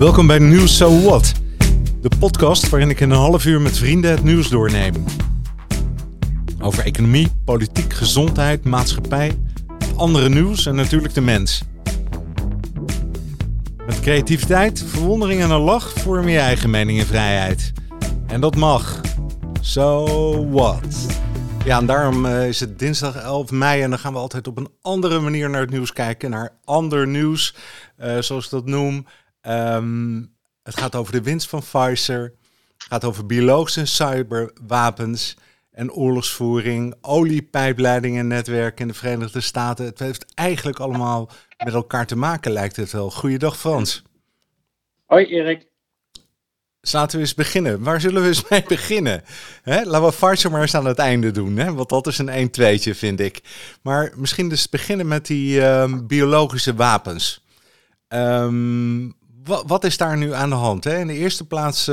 Welkom bij Nieuws So What, de podcast waarin ik in een half uur met vrienden het nieuws doorneem. Over economie, politiek, gezondheid, maatschappij, andere nieuws en natuurlijk de mens. Met creativiteit, verwondering en een lach vorm je eigen mening en vrijheid. En dat mag. So what? Ja, en daarom is het dinsdag 11 mei en dan gaan we altijd op een andere manier naar het nieuws kijken. Naar ander nieuws, zoals ik dat noem. Het gaat over de winst van Pfizer. Het gaat over biologische en cyberwapens en oorlogsvoering, oliepijpleidingen en netwerken in de Verenigde Staten. Het heeft eigenlijk allemaal met elkaar te maken, lijkt het wel. Goeiedag Frans. Hoi Erik. Laten we eens beginnen. Waar zullen we eens mee beginnen? Laten we Pfizer maar eens aan het einde doen, hè? Want dat is een 1-2'tje, vind ik. Maar misschien dus beginnen met die biologische wapens. Wat is daar nu aan de hand? Hè? In de eerste plaats,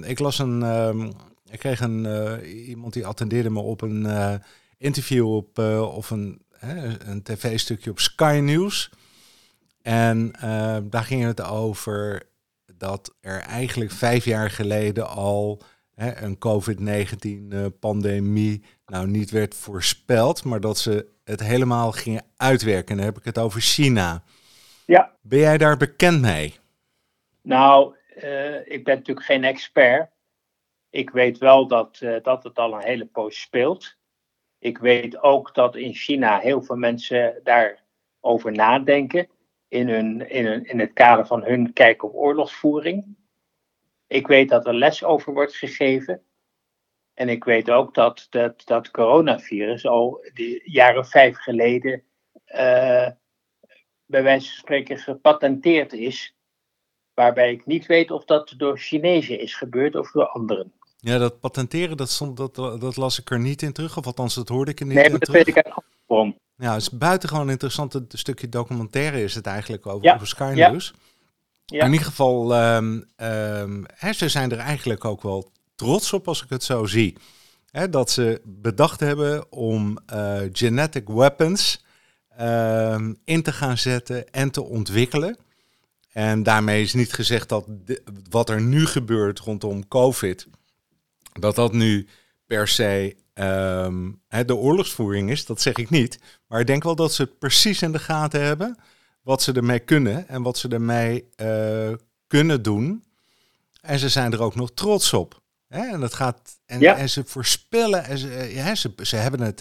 ik kreeg iemand die attendeerde me op een interview of een tv-stukje op Sky News. En daar ging het over dat er eigenlijk 5 jaar geleden al een COVID-19-pandemie niet werd voorspeld, maar dat ze het helemaal gingen uitwerken. En dan heb ik het over China. Ja. Ben jij daar bekend mee? Nou, ik ben natuurlijk geen expert. Ik weet wel dat het al een hele poos speelt. Ik weet ook dat in China heel veel mensen daarover nadenken in het kader van hun kijk op oorlogsvoering. Ik weet dat er les over wordt gegeven. En ik weet ook dat coronavirus al jaren 5 geleden bij wijze van spreken gepatenteerd is. Waarbij ik niet weet of dat door Chinezen is gebeurd of door anderen. Ja, dat patenteren, dat las ik er niet in terug. Of althans, dat hoorde ik er niet in in terug. Nee, dat weet ik uit andere bron. Ja, het is buitengewoon interessant. Een stukje documentaire is het eigenlijk over Sky News. Ja. In ieder geval, ze zijn er eigenlijk ook wel trots op als ik het zo zie. Dat ze bedacht hebben om genetic weapons in te gaan zetten en te ontwikkelen. En daarmee is niet gezegd dat wat er nu gebeurt rondom COVID, dat nu per se de oorlogsvoering is. Dat zeg ik niet. Maar ik denk wel dat ze het precies in de gaten hebben wat ze ermee kunnen en wat ze ermee kunnen doen. En ze zijn er ook nog trots op. En dat gaat en ze voorspellen. En ze hebben het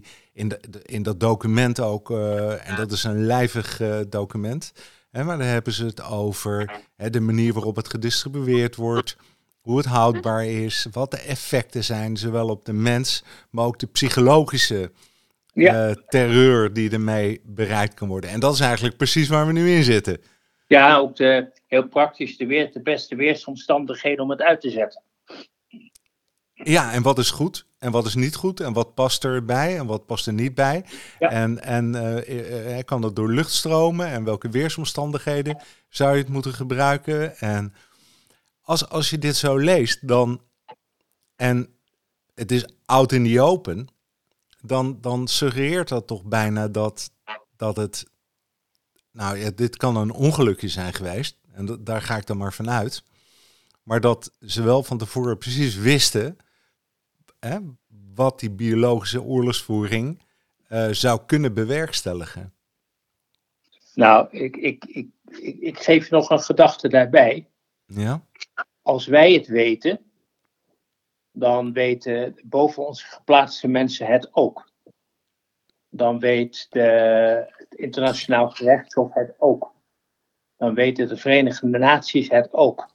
in dat document ook. En dat is een lijvig document. Maar dan hebben ze het over de manier waarop het gedistribueerd wordt, hoe het houdbaar is, wat de effecten zijn, zowel op de mens, maar ook de psychologische terreur die ermee bereikt kan worden. En dat is eigenlijk precies waar we nu in zitten. Ja, ook heel praktisch de beste weersomstandigheden om het uit te zetten. Ja, en wat is goed en wat is niet goed en wat past erbij en wat past er niet bij. Ja. En kan dat door luchtstromen en welke weersomstandigheden zou je het moeten gebruiken. En als je dit zo leest, en het is out in the open, dan suggereert dat toch bijna dat het, dit kan een ongelukje zijn geweest. En daar ga ik dan maar vanuit. Maar dat ze wel van tevoren precies wisten wat die biologische oorlogsvoering zou kunnen bewerkstelligen. Nou, ik geef nog een gedachte daarbij. Ja? Als wij het weten, dan weten boven ons geplaatste mensen het ook. Dan weet het internationaal gerechtshof het ook. Dan weten de Verenigde Naties het ook.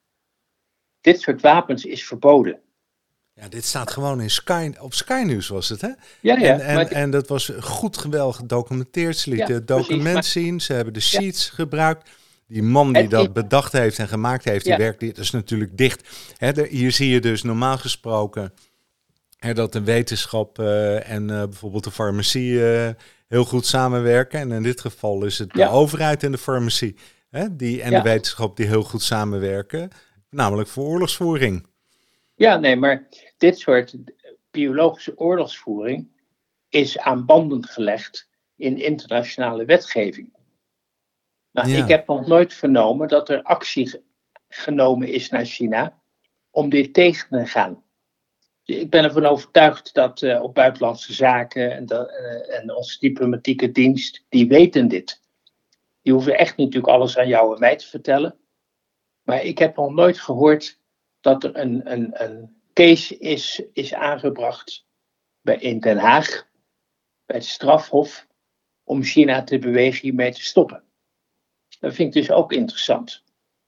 Dit soort wapens is verboden. Ja, dit staat gewoon op Sky News was het, hè? Ja. En dat was goed geweldig gedocumenteerd. Ze lieten het document zien. Ze hebben de sheets gebruikt. Die man die dat bedacht heeft en gemaakt heeft, die werkt, dat is natuurlijk dicht. Hier zie je dus normaal gesproken dat de wetenschap en bijvoorbeeld de farmacie heel goed samenwerken. En in dit geval is het de overheid en de farmacie de wetenschap die heel goed samenwerken. Namelijk voor oorlogsvoering. Ja, nee, maar dit soort biologische oorlogsvoering is aan banden gelegd in internationale wetgeving. Nou, ik heb nog nooit vernomen dat er actie genomen is naar China om dit tegen te gaan. Ik ben ervan overtuigd dat op buitenlandse zaken en onze diplomatieke dienst, die weten dit. Die hoeven echt natuurlijk alles aan jou en mij te vertellen. Maar ik heb nog nooit gehoord dat er een case is aangebracht in Den Haag, bij het strafhof, om China te bewegen hiermee te stoppen. Dat vind ik dus ook interessant.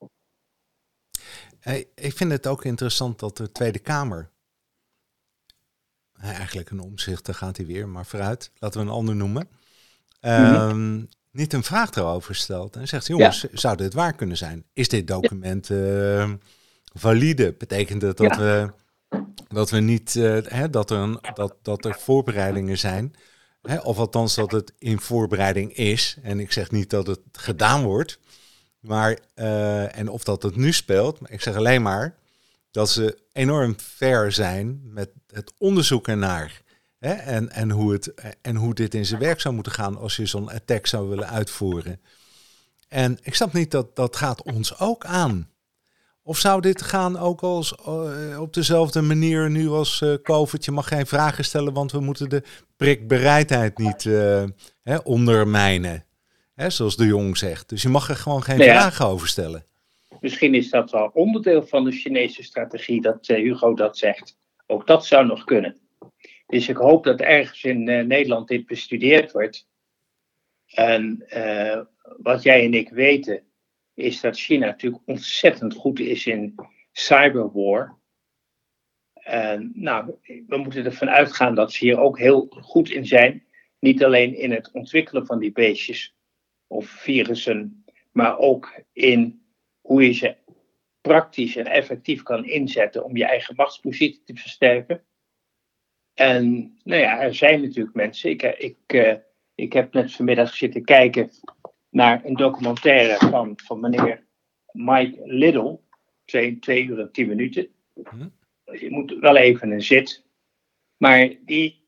Ik vind het ook interessant dat de Tweede Kamer, eigenlijk een Omtzigt, daar gaat hij weer, maar vooruit, laten we een ander noemen, niet een vraag erover stelt en zegt, jongens, zou dit waar kunnen zijn? Is dit document valide? Betekent het dat we niet, dat er voorbereidingen zijn, of althans dat het in voorbereiding is, en ik zeg niet dat het gedaan wordt, maar en of dat het nu speelt, maar ik zeg alleen maar dat ze enorm ver zijn met het onderzoek ernaar. Hè? En hoe dit in zijn werk zou moeten gaan als je zo'n attack zou willen uitvoeren. En ik snap niet dat gaat ons ook aan. Of zou dit gaan ook als op dezelfde manier nu als COVID? Je mag geen vragen stellen, want we moeten de prikbereidheid niet ondermijnen. Hè, zoals de Jong zegt. Dus je mag er gewoon geen vragen over stellen. Misschien is dat wel onderdeel van de Chinese strategie dat Hugo dat zegt. Ook dat zou nog kunnen. Dus ik hoop dat ergens in Nederland dit bestudeerd wordt. En wat jij en ik weten is dat China natuurlijk ontzettend goed is in cyberwar. En we moeten ervan uitgaan dat ze hier ook heel goed in zijn. Niet alleen in het ontwikkelen van die beestjes of virussen, maar ook in hoe je ze praktisch en effectief kan inzetten om je eigen machtspositie te versterken. En er zijn natuurlijk mensen. Ik heb net vanmiddag zitten kijken naar een documentaire van meneer Mike Liddell. 2 uur en 10 minuten. Je moet wel even een zit. Maar die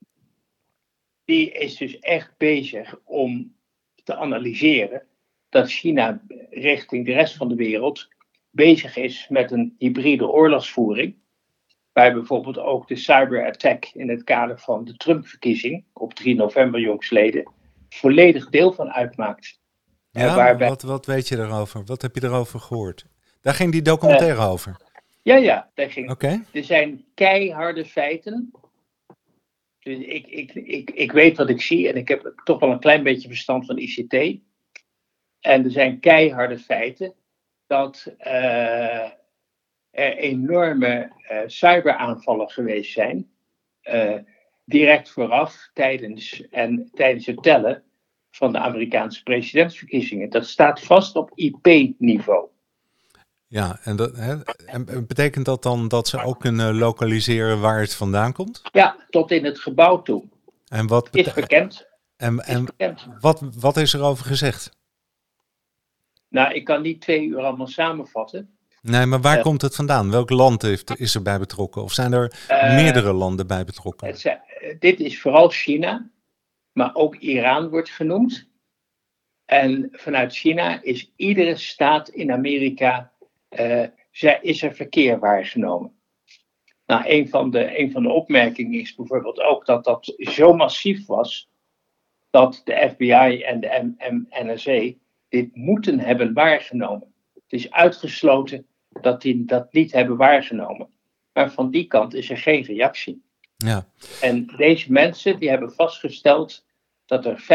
is dus echt bezig om te analyseren dat China richting de rest van de wereld bezig is met een hybride oorlogsvoering. Waar bijvoorbeeld ook de cyberattack in het kader van de Trump-verkiezing op 3 november jongstleden volledig deel van uitmaakt. Ja, wat weet je daarover? Wat heb je erover gehoord? Daar ging die documentaire over? Ja, daar ging. Okay. Er zijn keiharde feiten. Dus ik weet wat ik zie en ik heb toch wel een klein beetje verstand van ICT. En er zijn keiharde feiten dat er enorme cyberaanvallen geweest zijn. Direct vooraf tijdens het tellen van de Amerikaanse presidentsverkiezingen. Dat staat vast op IP-niveau. Ja, en betekent dat dan dat ze ook kunnen lokaliseren waar het vandaan komt? Ja, tot in het gebouw toe. En wat is bekend. En wat is er over gezegd? Nou, ik kan niet 2 uur allemaal samenvatten. Nee, maar waar komt het vandaan? Welk land is erbij betrokken? Of zijn er meerdere landen bij betrokken? Dit is vooral China, maar ook Iran wordt genoemd. En vanuit China is iedere staat in Amerika is er verkeer waargenomen. Nou, een van de opmerkingen is bijvoorbeeld ook dat zo massief was dat de FBI en de NSA dit moeten hebben waargenomen. Het is uitgesloten dat die dat niet hebben waargenomen. Maar van die kant is er geen reactie. Ja. En deze mensen die hebben vastgesteld dat er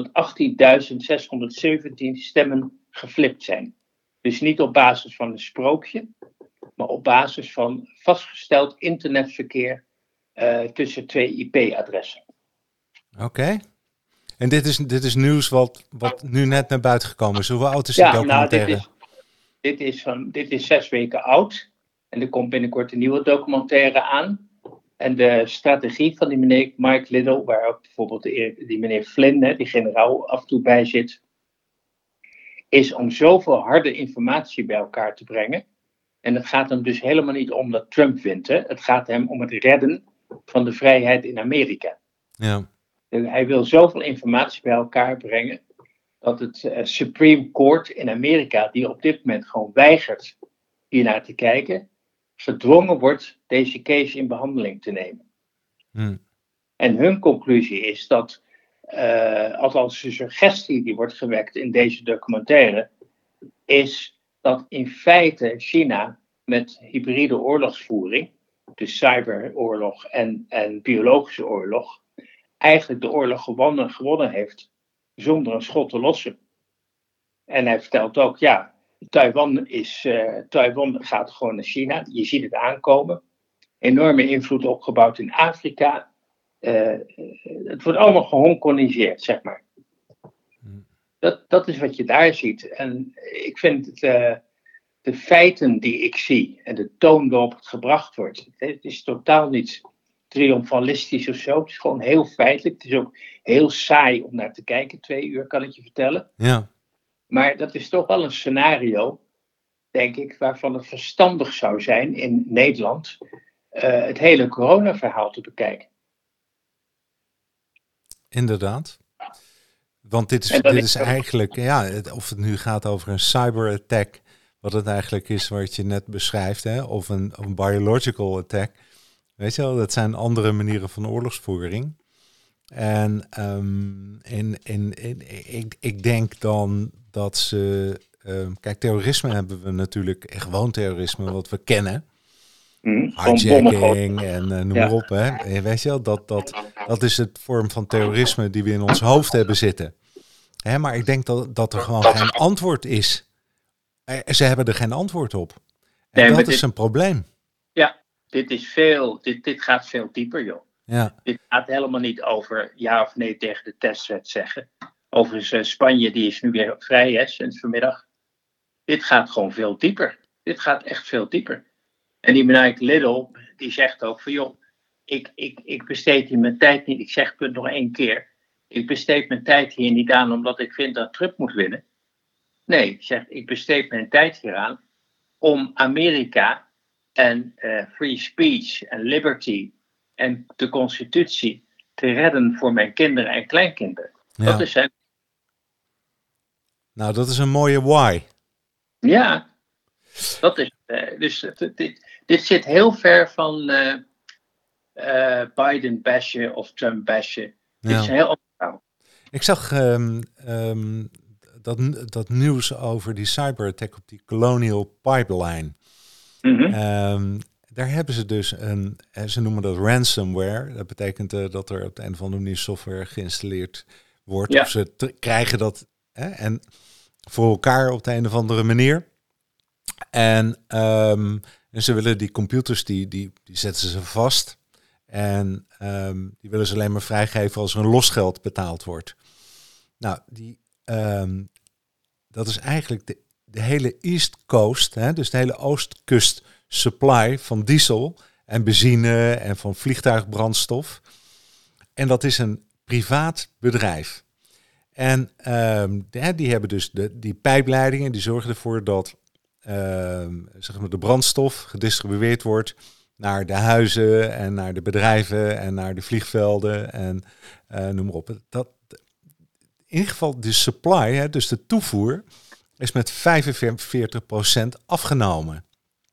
518.617 stemmen geflipt zijn. Dus niet op basis van een sprookje, maar op basis van vastgesteld internetverkeer tussen 2 IP-adressen. Oké. En dit is nieuws wat nu net naar buiten gekomen is. Hoe oud is die documentaire? Dit is 6 weken oud. En er komt binnenkort een nieuwe documentaire aan. En de strategie van die meneer Mike Liddell, waar ook bijvoorbeeld die meneer Flynn, die generaal, af en toe bij zit, is om zoveel harde informatie bij elkaar te brengen. En het gaat hem dus helemaal niet om dat Trump wint. Hè. Het gaat hem om het redden van de vrijheid in Amerika. Ja. En hij wil zoveel informatie bij elkaar brengen dat het Supreme Court in Amerika, die op dit moment gewoon weigert hiernaar te kijken, gedwongen wordt deze case in behandeling te nemen. En hun conclusie is dat, althans de suggestie die wordt gewekt in deze documentaire, is dat in feite China met hybride oorlogsvoering, dus cyberoorlog en biologische oorlog, eigenlijk de oorlog gewonnen heeft zonder een schot te lossen. En hij vertelt ook, ja, Taiwan gaat gewoon naar China. Je ziet het aankomen. Enorme invloed opgebouwd in Afrika. Het wordt allemaal gehongkoniseerd, zeg maar. Dat is wat je daar ziet. En ik vind de feiten die ik zie en de toon waarop het gebracht wordt, het is totaal niet triomfalistisch of zo. Het is gewoon heel feitelijk. Het is ook heel saai om naar te kijken. 2 uur kan ik je vertellen. Ja. Maar dat is toch wel een scenario, denk ik, waarvan het verstandig zou zijn in Nederland het hele coronaverhaal te bekijken. Inderdaad. Want dit is eigenlijk, of het nu gaat over een cyberattack, wat het eigenlijk is wat je net beschrijft, hè, of een biological attack. Weet je wel, dat zijn andere manieren van oorlogsvoering. En ik denk dan dat ze... kijk, terrorisme hebben we natuurlijk, gewoon terrorisme, wat we kennen. Hijacking en noem maar op. Hè. Weet je wel, dat is het vorm van terrorisme die we in ons hoofd hebben zitten. Hè, maar ik denk dat er gewoon geen antwoord is. Ze hebben er geen antwoord op. En dat is een probleem. Ja, dit gaat veel dieper, joh. Ja. Dit gaat helemaal niet over ja of nee tegen de testwet zeggen. Overigens, Spanje die is nu weer vrij, hè, sinds vanmiddag. Dit gaat gewoon veel dieper. Dit gaat echt veel dieper. En die meneer Little, die zegt ook van joh, ik besteed hier mijn tijd niet. Ik zeg het nog 1 keer. Ik besteed mijn tijd hier niet aan omdat ik vind dat Trump moet winnen. Nee, ik besteed mijn tijd hier aan om Amerika en free speech en liberty en de constitutie te redden voor mijn kinderen en kleinkinderen. Ja. Dat is het. Nou, dat is een mooie why. Ja, dat is dus dit zit heel ver van Biden bashen of Trump bashen. Dit is heel opvallend. Ik zag dat nieuws over die cyberattack op die Colonial Pipeline. Daar hebben ze dus ze noemen dat ransomware. Dat betekent dat er op de een of andere manier software geïnstalleerd wordt. Ja. Of ze krijgen dat en voor elkaar op de een of andere manier. En ze willen die computers, die zetten ze vast. En die willen ze alleen maar vrijgeven als er een losgeld betaald wordt. Nou, dat is eigenlijk de hele East Coast, dus de hele Oostkust supply van diesel en benzine en van vliegtuigbrandstof. En dat is een privaat bedrijf. En die hebben dus die pijpleidingen, die zorgen ervoor dat zeg maar de brandstof gedistribueerd wordt naar de huizen en naar de bedrijven en naar de vliegvelden en noem maar op. In ieder geval de supply, dus de toevoer, is met 45% afgenomen.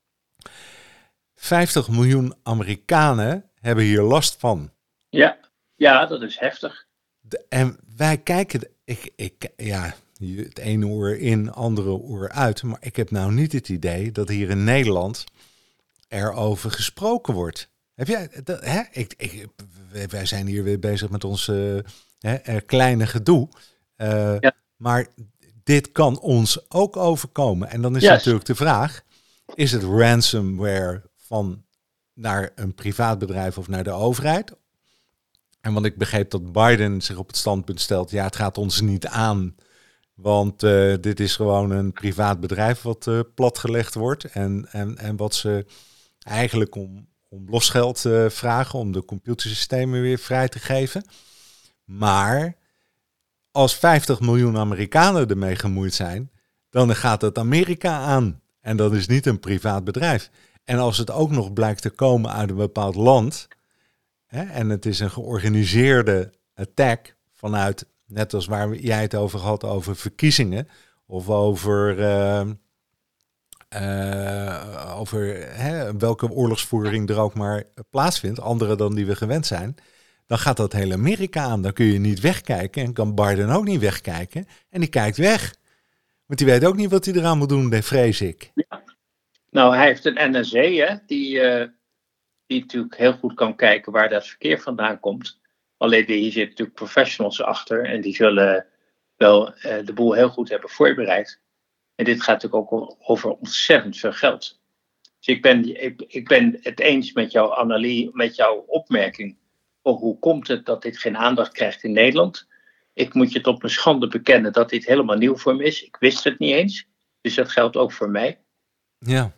50 miljoen Amerikanen hebben hier last van. Ja, dat is heftig. En wij kijken, het ene oor in, andere oor uit. Maar ik heb nou niet het idee dat hier in Nederland erover gesproken wordt. Heb jij dat? Wij zijn hier weer bezig met ons kleine gedoe. Maar dit kan ons ook overkomen. En dan is natuurlijk de vraag, is het ransomware naar een privaat bedrijf of naar de overheid? En want ik begreep dat Biden zich op het standpunt stelt, het gaat ons niet aan. Want dit is gewoon een privaat bedrijf wat platgelegd wordt. En wat ze eigenlijk om losgeld vragen, om de computersystemen weer vrij te geven. Maar als 50 miljoen Amerikanen ermee gemoeid zijn, dan gaat het Amerika aan. En dat is niet een privaat bedrijf. En als het ook nog blijkt te komen uit een bepaald land, en het is een georganiseerde attack vanuit, net als waar jij het over had, over verkiezingen of over over welke oorlogsvoering er ook maar plaatsvindt, andere dan die we gewend zijn, dan gaat dat heel Amerika aan. Dan kun je niet wegkijken en kan Biden ook niet wegkijken. En die kijkt weg. Want die weet ook niet wat hij eraan moet doen, vrees ik. Ja. Nou, hij heeft een NSA, hè, die natuurlijk heel goed kan kijken waar dat verkeer vandaan komt. Alleen hier zitten natuurlijk professionals achter en die zullen wel de boel heel goed hebben voorbereid. En dit gaat natuurlijk ook over ontzettend veel geld. Dus ik ben het eens met jouw analyse, met jouw opmerking. Hoe komt het dat dit geen aandacht krijgt in Nederland? Ik moet je tot mijn schande bekennen dat dit helemaal nieuw voor me is. Ik wist het niet eens. Dus dat geldt ook voor mij. Ja.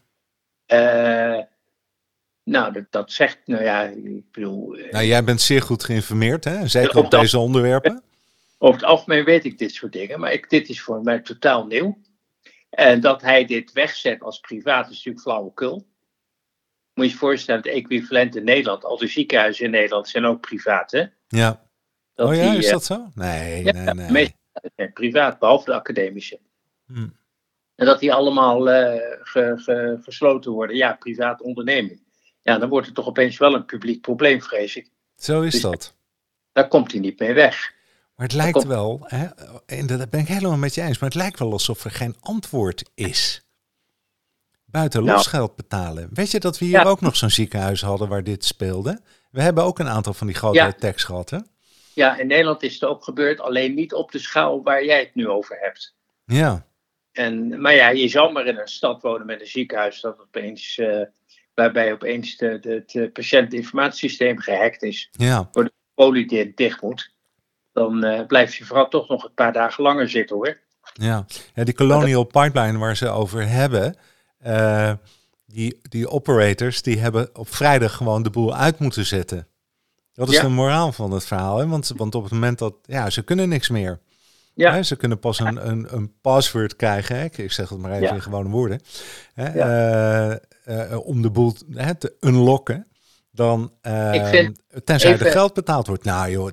Dat zegt, ik bedoel... jij bent zeer goed geïnformeerd, hè? Zeker op deze onderwerpen. Over het algemeen weet ik dit soort dingen, maar dit is voor mij totaal nieuw. En dat hij dit wegzet als privaat is natuurlijk flauwekul. Moet je je voorstellen, het equivalent in Nederland, al de ziekenhuizen in Nederland zijn ook privaat, hè? Ja. Is dat zo? Nee. Meestal zijn privaat, behalve de academische. En dat die allemaal gesloten worden. Ja, privaat onderneming. Ja, dan wordt het toch opeens wel een publiek probleem, vrees ik. Zo is dat. Daar komt hij niet mee weg. Maar het lijkt wel, en dat ben ik helemaal met je eens, maar het lijkt wel alsof er geen antwoord is. Buiten losgeld betalen. Weet je dat we hier ook nog zo'n ziekenhuis hadden waar dit speelde? We hebben ook een aantal van die grote attacks gehad, hè? Ja, in Nederland is het ook gebeurd, alleen niet op de schaal waar jij het nu over hebt. Ja. Maar ja, je zal maar in een stad wonen met een ziekenhuis waarbij opeens het patiënteninformatiesysteem gehackt is. Ja. Door de poli die dicht moet. Dan blijf je vooral toch nog een paar dagen langer zitten, hoor. Ja, die Colonial Pipeline waar ze over hebben, die operators, die hebben op vrijdag gewoon de boel uit moeten zetten. Dat is de moraal van het verhaal, hè? Want op het moment dat, ze kunnen niks meer. Ja. Hè? Ze kunnen pas een password krijgen, hè? Ik zeg het maar even in gewone woorden, hè? Om de boel te unlocken. Dan, tenzij er geld betaald wordt. Nou joh,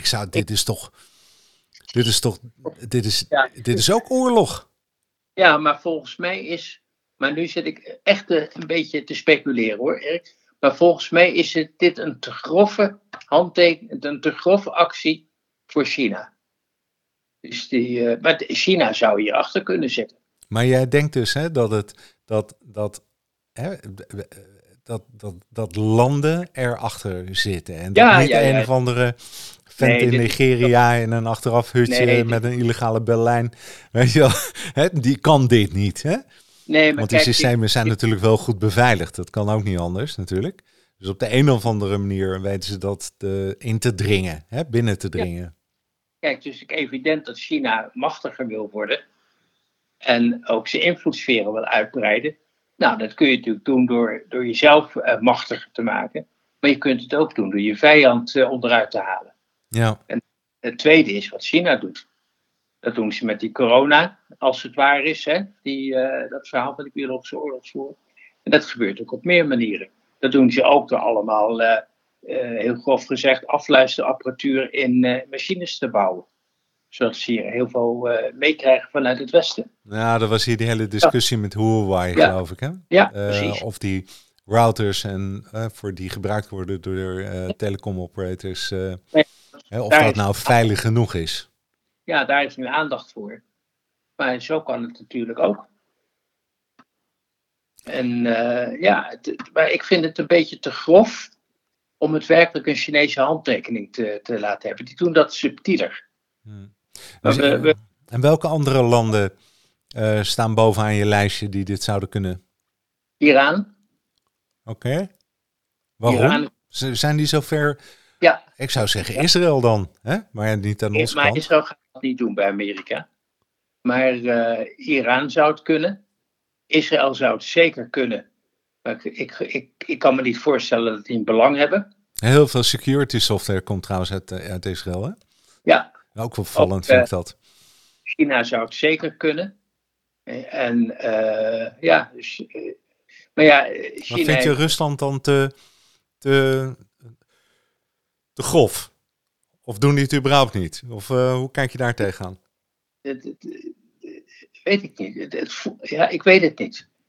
dit is ook oorlog. Ja, maar volgens mij maar nu zit ik echt een beetje te speculeren, hoor, Erik. Maar volgens mij is dit een te grove een te grove actie voor China. Dus maar China zou hierachter kunnen zitten. Maar jij denkt dus, hè, dat landen erachter zitten. En dat niet een of andere vent in Nigeria in een achterafhutje met een illegale Berlijn. Weet je wel, die kan dit niet. Hè? Nee, maar want die systemen zijn natuurlijk wel goed beveiligd. Dat kan ook niet anders natuurlijk. Dus op de een of andere manier weten ze dat in te dringen, binnen te dringen. Ja. Kijk, het is evident dat China machtiger wil worden. En ook zijn invloedssferen wil uitbreiden. Nou, dat kun je natuurlijk doen door jezelf machtiger te maken. Maar je kunt het ook doen door je vijand onderuit te halen. Ja. En het tweede is wat China doet. Dat doen ze met die corona, als het waar is. Hè? Dat verhaal van de biologische oorlogsvoering. En dat gebeurt ook op meer manieren. Dat doen ze ook door allemaal, heel grof gezegd, afluisterapparatuur in machines te bouwen. Zodat ze hier heel veel meekrijgen vanuit het Westen. Ja, dat was hier die hele discussie met Huawei, geloof ik. Hè? Ja, precies. Of die routers voor die gebruikt worden door telecomoperators. Of dat nou veilig genoeg is. Ja, daar is nu aandacht voor. Maar zo kan het natuurlijk ook. En maar ik vind het een beetje te grof om het werkelijk een Chinese handtekening te laten hebben. Die doen dat subtieler. En welke andere landen staan bovenaan je lijstje die dit zouden kunnen? Iran. Oké. Waarom? Iran. Zijn die zover? Ja. Ik zou zeggen Israël dan, hè? Maar niet aan onze kant. Maar Israël gaat dat niet doen bij Amerika. Maar Iran zou het kunnen. Israël zou het zeker kunnen. Maar ik kan me niet voorstellen dat die een belang hebben. Heel veel security software komt trouwens uit Israël, hè? Ja. Ook wel vallend vind ik dat. China zou het zeker kunnen. En dus... maar ja, China... Maar vind je Rusland dan te grof? Of doen die het überhaupt niet? Of hoe kijk je daar tegenaan? Weet ik niet. Ik weet het niet.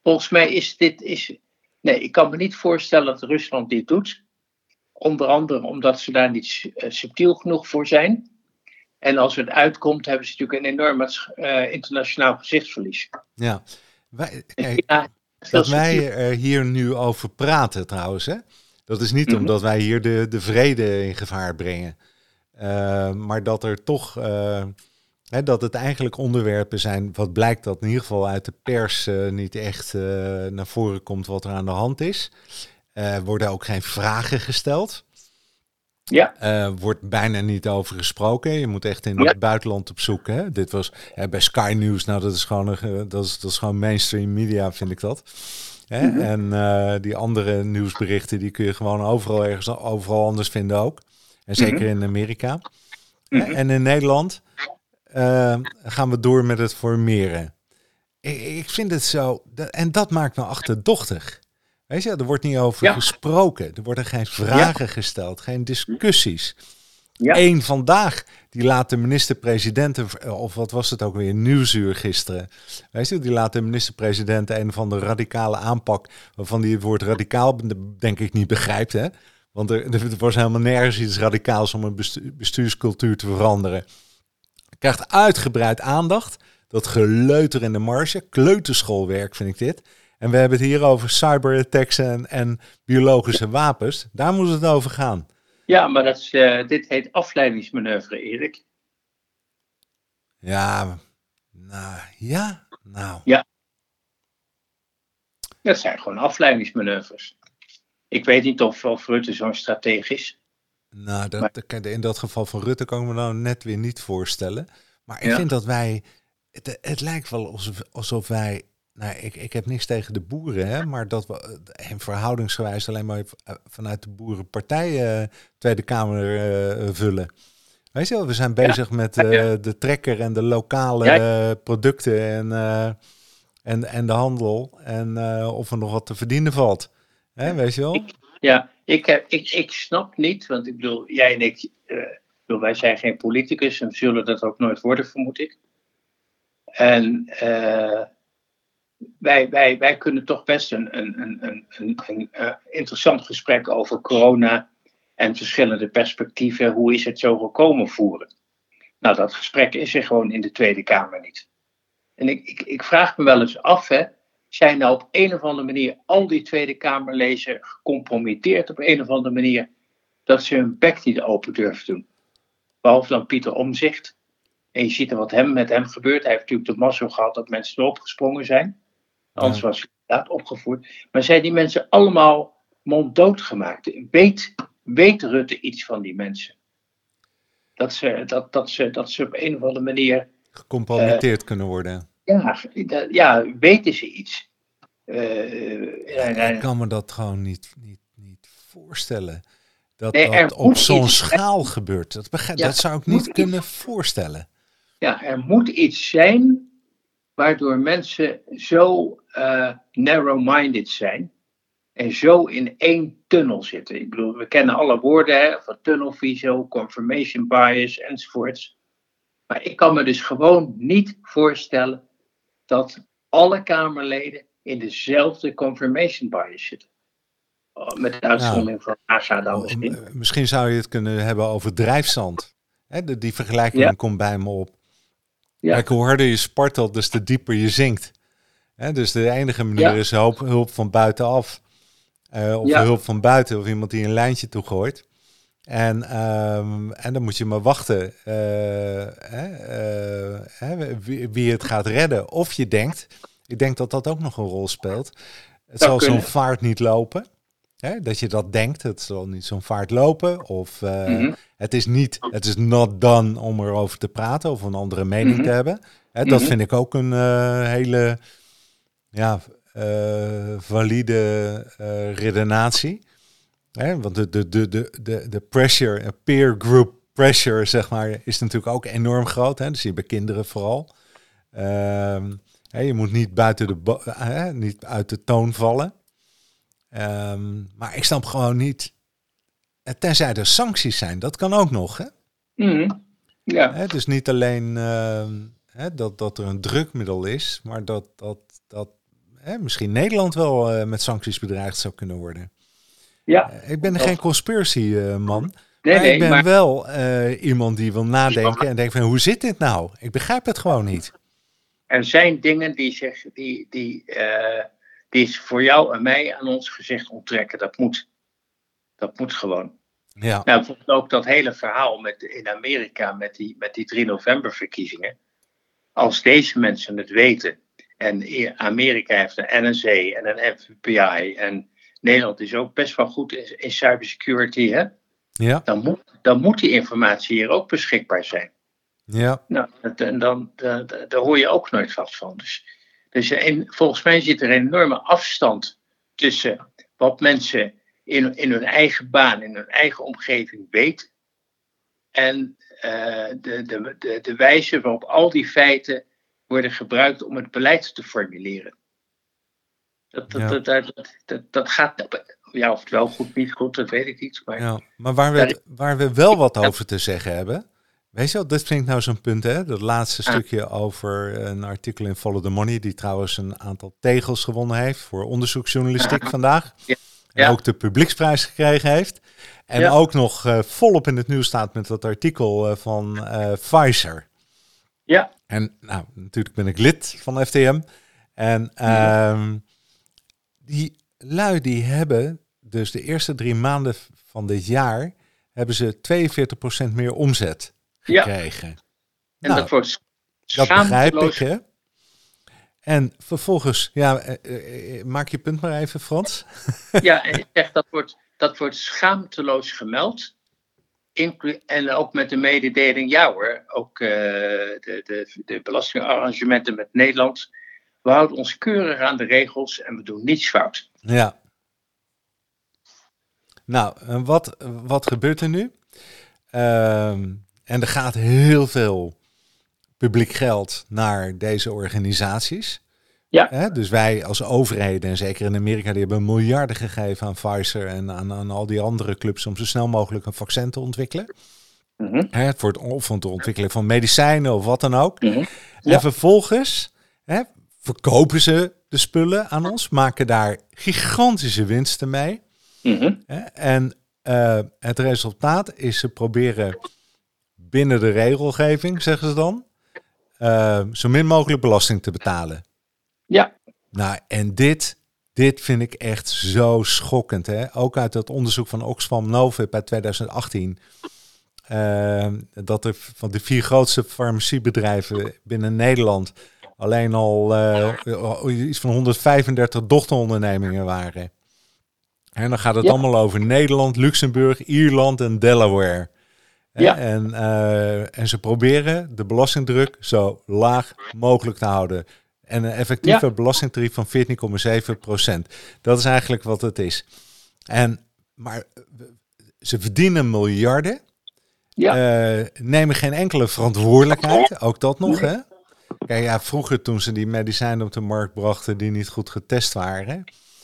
volgens mij nee, ik kan me niet voorstellen dat Rusland dit doet. Onder andere omdat ze daar niet subtiel genoeg voor zijn. En als het uitkomt, hebben ze natuurlijk een enorm internationaal gezichtsverlies. Ja, dat wij er hier nu over praten trouwens, hè? Dat is niet omdat wij hier de vrede in gevaar brengen. Maar dat er toch, dat het eigenlijk onderwerpen zijn, wat blijkt dat in ieder geval uit de pers niet echt naar voren komt wat er aan de hand is. Worden ook geen vragen gesteld. Ja. Wordt bijna niet over gesproken. Je moet echt in het buitenland op zoek. Hè? Dit was bij Sky News. Nou, dat is gewoon dat is gewoon mainstream media, vind ik dat. Hè? En die andere nieuwsberichten, die kun je gewoon overal anders vinden ook. En zeker in Amerika. En in Nederland gaan we door met het formeren. Ik vind het zo, en dat maakt me achterdochtig. Weet je, er wordt niet over gesproken. Er worden geen vragen gesteld, geen discussies. Ja. Eén vandaag, die laat de minister-president, of wat was het ook weer, Nieuwsuur gisteren. Weet je, die laat de minister-president een van de radicale aanpak, waarvan die het woord radicaal denk ik niet begrijpt. Hè? Want er was helemaal nergens iets radicaals om een bestuurscultuur te veranderen. Krijgt uitgebreid aandacht. Dat geleuter in de marge, kleuterschoolwerk vind ik dit. En we hebben het hier over cyberattacks en biologische wapens. Daar moet het over gaan. Ja, maar dit heet afleidingsmanoeuvre, Erik. Ja. Dat zijn gewoon afleidingsmanoeuvres. Ik weet niet of Rutte zo'n strateeg is. Nou, in dat geval van Rutte kan ik me nou net weer niet voorstellen. Maar ik vind dat wij... Het lijkt wel alsof wij... Nou, ik heb niks tegen de boeren, hè, maar dat we verhoudingsgewijs alleen maar vanuit de boerenpartij Tweede Kamer vullen. Weet je wel, we zijn bezig met de trekker en de lokale producten en de handel. En of er nog wat te verdienen valt. Hè, weet je wel? Ik snap niet, want ik bedoel, jij en ik, wij zijn geen politicus en zullen dat ook nooit worden, vermoed ik. En wij kunnen toch best een interessant gesprek over corona en verschillende perspectieven, hoe is het zo gekomen, voeren. Nou, dat gesprek is er gewoon in de Tweede Kamer niet. En ik vraag me wel eens af, zijn nou op een of andere manier al die Tweede Kamerleden gecompromitteerd op een of andere manier dat ze hun bek niet open durven doen. Behalve dan Pieter Omtzigt. En je ziet er wat met hem gebeurt. Hij heeft natuurlijk de mazzel gehad dat mensen erop gesprongen zijn. Anders was hij inderdaad opgevoerd. Maar zijn die mensen allemaal monddood gemaakt? Weet Rutte iets van die mensen? Dat ze op een of andere manier gecompromitteerd kunnen worden. Weten ze iets? Ik kan me dat gewoon niet voorstellen. Dat op zo'n schaal gebeurt. Dat zou ik niet kunnen voorstellen. Ja, er moet iets zijn waardoor mensen zo narrow-minded zijn en zo in één tunnel zitten. Ik bedoel, we kennen alle woorden van tunnelvisie, confirmation bias enzovoorts. Maar ik kan me dus gewoon niet voorstellen dat alle Kamerleden in dezelfde confirmation bias zitten. Met de uitzondering van ASA dan misschien. Misschien zou je het kunnen hebben over drijfzand. Die vergelijking komt bij me op. Ja. Kijk, hoe harder je spartelt, dus te dieper je zinkt. Dus de enige manier is hulp van buitenaf. Of hulp van buiten, of iemand die een lijntje toegooit. En dan moet je maar wachten wie het gaat redden. Of je denkt, ik denk dat dat ook nog een rol speelt. Het zal zo'n vaart niet lopen. Dat je dat denkt, het zal niet zo'n vaart lopen. Of het is not done om erover te praten of een andere mening te hebben. Dat vind ik ook een hele valide redenatie. Want de pressure, peer group pressure, zeg maar, is natuurlijk ook enorm groot. Dat zie je bij kinderen vooral. Je moet niet niet uit de toon vallen. Maar ik snap gewoon niet, tenzij er sancties zijn, dat kan ook nog, hè? Dus niet alleen dat er een drukmiddel is, maar dat misschien Nederland wel met sancties bedreigd zou kunnen worden. Ja. Ik ben geen conspiracy man. Nee, ik ben wel iemand die wil nadenken en denkt van hoe zit dit nou? Ik begrijp het gewoon niet. Er zijn dingen die is voor jou en mij aan ons gezicht onttrekken. Dat moet. Dat moet gewoon. Ja. Nou, bijvoorbeeld ook dat hele verhaal in Amerika met die 3 november verkiezingen. Als deze mensen het weten, en Amerika heeft een NSA en een FBI, en Nederland is ook best wel goed in cybersecurity, hè? Ja. Dan moet die informatie hier ook beschikbaar zijn. Ja. Nou, daar hoor je ook nooit wat van. Dus volgens mij zit er een enorme afstand tussen wat mensen in hun eigen baan, in hun eigen omgeving weten. En de wijze waarop al die feiten worden gebruikt om het beleid te formuleren. Dat gaat, ja, of het wel goed, niet goed, dat weet ik niet. Maar waar we wel wat over te zeggen hebben. Weet je wel, dit vind ik nou zo'n punt, hè? Dat laatste stukje over een artikel in Follow the Money, die trouwens een aantal tegels gewonnen heeft voor onderzoeksjournalistiek vandaag. Ja. En ook de publieksprijs gekregen heeft. En ook nog volop in het nieuws staat met dat artikel van Pfizer. Ja. En nou, natuurlijk ben ik lid van FTM. En die lui die hebben dus de eerste 3 maanden van dit jaar hebben ze 42% meer omzet gekregen. Ja. En dat wordt dat begrijp ik, hè? En vervolgens, maak je punt maar even, Frans. Ja, en ik zeg, dat wordt schaamteloos gemeld. En ook met de mededeling, ja hoor, ook de belastingarrangementen met Nederland. We houden ons keurig aan de regels en we doen niets fout. Ja. Nou, wat gebeurt er nu? En er gaat heel veel publiek geld naar deze organisaties. Ja. Dus wij als overheden, en zeker in Amerika, die hebben miljarden gegeven aan Pfizer en aan al die andere clubs om zo snel mogelijk een vaccin te ontwikkelen. Mm-hmm. Voor het ontwikkelen van medicijnen of wat dan ook. Mm-hmm. Ja. En vervolgens verkopen ze de spullen aan ons, maken daar gigantische winsten mee. Mm-hmm. En het resultaat is, ze proberen binnen de regelgeving, zeggen ze dan, zo min mogelijk belasting te betalen. Ja. Nou, en dit vind ik echt zo schokkend. Hè? Ook uit dat onderzoek van Oxfam Novib uit 2018. Dat er van de 4 grootste farmaciebedrijven binnen Nederland alleen al iets van 135 dochterondernemingen waren. En dan gaat het allemaal over Nederland, Luxemburg, Ierland en Delaware. Ja. En ze proberen de belastingdruk zo laag mogelijk te houden. En een effectieve belastingtarief van 14,7%. Dat is eigenlijk wat het is. Maar ze verdienen miljarden. Ja. Nemen geen enkele verantwoordelijkheid. Ook dat nog, hè? Kijk, vroeger toen ze die medicijnen op de markt brachten die niet goed getest waren.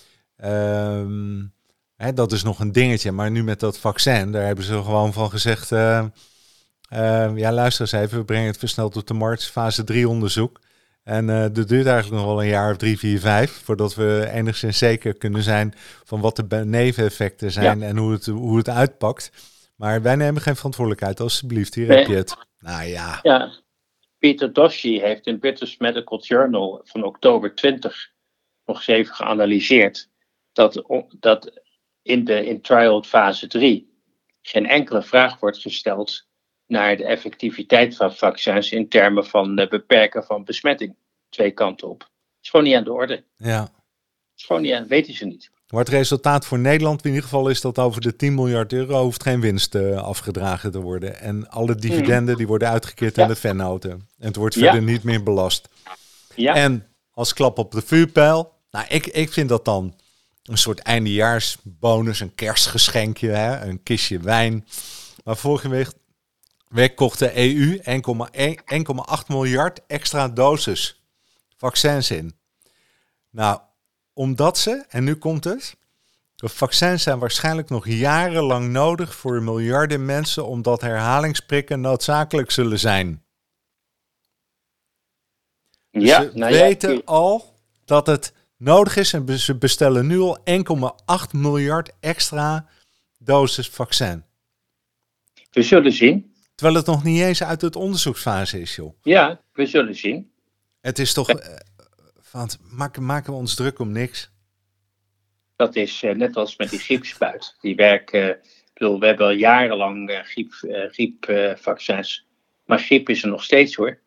Dat is nog een dingetje. Maar nu met dat vaccin, daar hebben ze gewoon van gezegd... luister eens even, we brengen het versneld op de markt. Fase 3 onderzoek. En dat duurt eigenlijk nog wel een jaar of 3, 4, 5... voordat we enigszins zeker kunnen zijn van wat de neveneffecten zijn... en hoe het uitpakt. Maar wij nemen geen verantwoordelijkheid, alsjeblieft. Hier heb je het. Nou ja. Peter Doshi heeft in British Medical Journal van oktober 20 nog eens even geanalyseerd... dat in trial fase 3 geen enkele vraag wordt gesteld... naar de effectiviteit van vaccins in termen van beperken van besmetting. 2 kanten op. Het is gewoon niet aan de orde. Ja. Het is gewoon niet aan, weten ze niet. Maar het resultaat voor Nederland in ieder geval is dat over de 10 miljard euro hoeft geen winst afgedragen te worden. En alle dividenden die worden uitgekeerd aan de vennoten. En het wordt verder niet meer belast. Ja. En als klap op de vuurpijl, nou ik vind dat dan een soort eindejaarsbonus, een kerstgeschenkje, een kistje wijn. Maar vorige week kocht de EU 1,8 miljard extra doses vaccins in. Nou, omdat ze, en nu komt het, de vaccins zijn waarschijnlijk nog jarenlang nodig voor miljarden mensen, omdat herhalingsprikken noodzakelijk zullen zijn. Dus ze weten al dat het nodig is. En ze bestellen nu al 1,8 miljard extra doses vaccin. We zullen zien. Terwijl het nog niet eens uit het onderzoeksfase is, joh. Ja, we zullen zien. Het is toch... want maken we ons druk om niks? Dat is net als met die griepspuit. Die werken... we hebben al jarenlang griepvaccins. Maar griep is er nog steeds, hoor.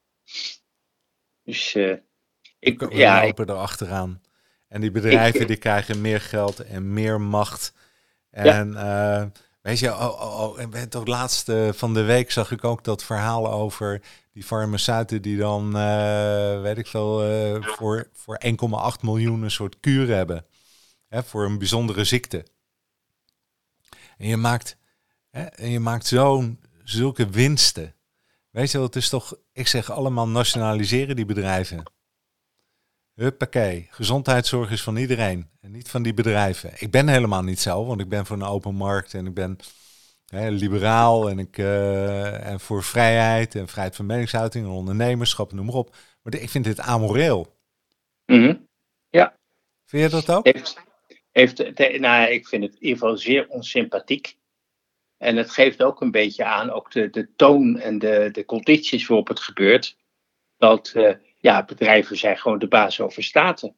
Dus we lopen erachteraan. En die bedrijven die krijgen meer geld en meer macht. En weet je, en toch laatste van de week zag ik ook dat verhaal over die farmaceuten die dan, weet ik veel, voor 1,8 miljoen een soort kuur hebben. Hè, voor een bijzondere ziekte. En je maakt zulke winsten. Weet je wel, het is toch, ik zeg allemaal nationaliseren die bedrijven. Huppakee, gezondheidszorg is van iedereen en niet van die bedrijven. Ik ben helemaal niet zo, want ik ben voor een open markt en ik ben liberaal en voor vrijheid en vrijheid van meningsuiting en ondernemerschap, noem maar op. Maar ik vind dit amoreel. Mm-hmm. Ja. Vind je dat ook? Ik vind het in ieder geval zeer onsympathiek. En het geeft ook een beetje aan, ook de toon en de condities waarop het gebeurt, dat bedrijven zijn gewoon de baas over staten.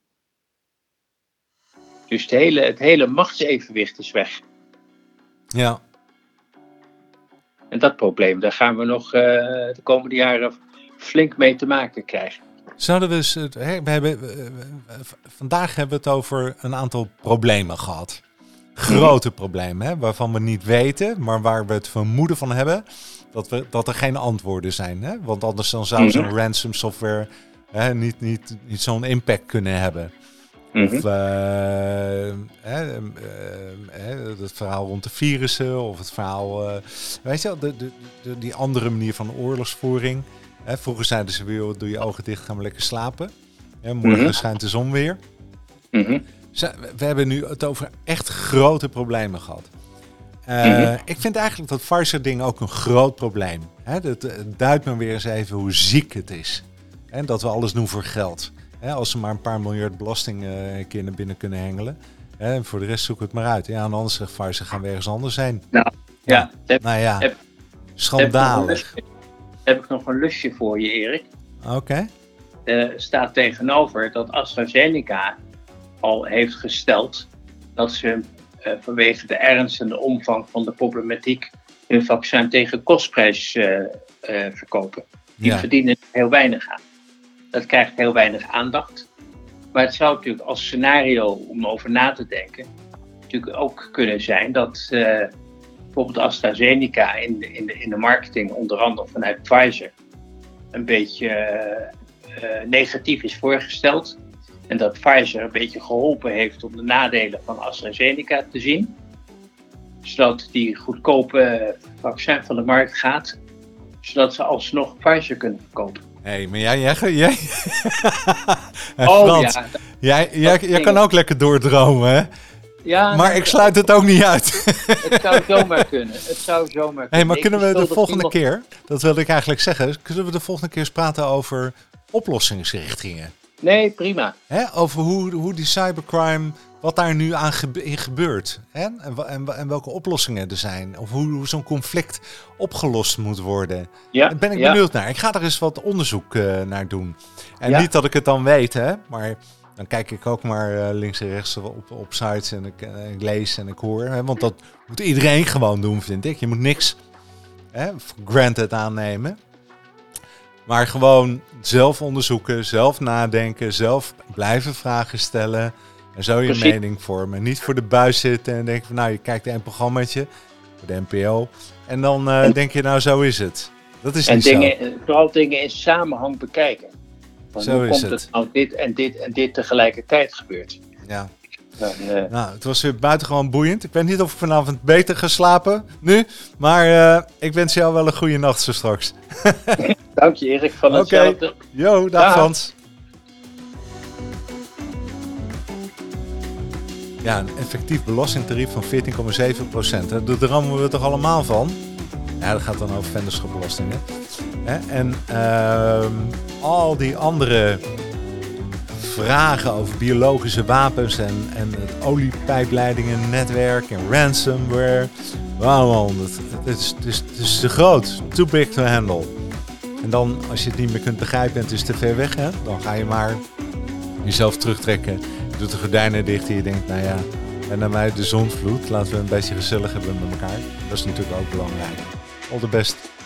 Dus het hele machtsevenwicht is weg. Ja. En dat probleem, daar gaan we nog de komende jaren flink mee te maken krijgen. Zouden we vandaag hebben we het over een aantal problemen gehad. Grote problemen, waarvan we niet weten, maar waar we het vermoeden van hebben dat er geen antwoorden zijn. Hè? Want anders dan zou zo'n ransom software niet zo'n impact kunnen hebben. Of het verhaal rond de virussen of het verhaal, weet je wel, die andere manier van oorlogsvoering. Vroeger zeiden ze weer, doe je ogen dicht, gaan we lekker slapen. Morgen schijnt de zon weer. We hebben nu het over echt grote problemen gehad. Ik vind eigenlijk dat Pfizer-ding ook een groot probleem. Het duidt me weer eens even hoe ziek het is. En dat we alles doen voor geld. Als ze maar een paar miljard belasting een keer naar binnen kunnen hengelen. En voor de rest zoek het maar uit. Ja, en anders zegt Pfizer, gaan we ergens anders heen. Schandalig. Heb ik nog een lusje voor je, Erik. Oké. Staat tegenover dat AstraZeneca al heeft gesteld dat ze vanwege de ernst en de omvang van de problematiek hun vaccin tegen kostprijs verkopen. Die verdienen heel weinig aan. Dat krijgt heel weinig aandacht. Maar het zou natuurlijk als scenario om over na te denken natuurlijk ook kunnen zijn dat bijvoorbeeld AstraZeneca in de marketing, onder andere vanuit Pfizer, een beetje negatief is voorgesteld. En dat Pfizer een beetje geholpen heeft om de nadelen van AstraZeneca te zien. Zodat die goedkope vaccin van de markt gaat. Zodat ze alsnog Pfizer kunnen verkopen. Hé, maar jij Frans, jij kan ook lekker doordromen, hè? Ja, maar ik sluit het ook niet uit. Het zou zomaar kunnen. Hé, maar kunnen we de volgende keer, dat wilde ik eigenlijk zeggen, kunnen we de volgende keer eens praten over oplossingsrichtingen? Nee, prima. Over hoe die cybercrime, wat daar nu in gebeurt. En welke oplossingen er zijn. Of hoe zo'n conflict opgelost moet worden. Ja, daar ben ik benieuwd naar. Ik ga er eens wat onderzoek naar doen. En niet dat ik het dan weet, maar dan kijk ik ook maar links en rechts op sites en ik lees en ik hoor. Want dat moet iedereen gewoon doen, vind ik. Je moet niks for granted aannemen. Maar gewoon zelf onderzoeken, zelf nadenken, zelf blijven vragen stellen. En zo je mening vormen. Niet voor de buis zitten en denken van nou, je kijkt een programmaatje voor de NPO. En dan denk je nou, zo is het. Dat is niet zo. Vooral dingen in samenhang bekijken. Want zo hoe is komt het. Het nou dit en dit tegelijkertijd gebeurt. Ja. Nou, het was weer buitengewoon boeiend. Ik weet niet of ik vanavond beter ga slapen nu. Maar ik wens jou wel een goede nacht zo straks. Dank je, Erik, van hetzelfde. Jo, dag Frans. Ja, een effectief belastingtarief van 14,7%. Daar dromen we toch allemaal van? Ja, dat gaat dan over vennootschapbelastingen. En al die andere vragen over biologische wapens en het oliepijpleidingennetwerk en ransomware. Wauw man, het is te groot. Too big to handle. En dan, als je het niet meer kunt begrijpen en het is te ver weg, hè, dan ga je maar jezelf terugtrekken. Je doet de gordijnen dicht en je denkt, nou ja, en naar mij de zondvloed. Laten we een beetje gezellig hebben met elkaar. Dat is natuurlijk ook belangrijk. All the best.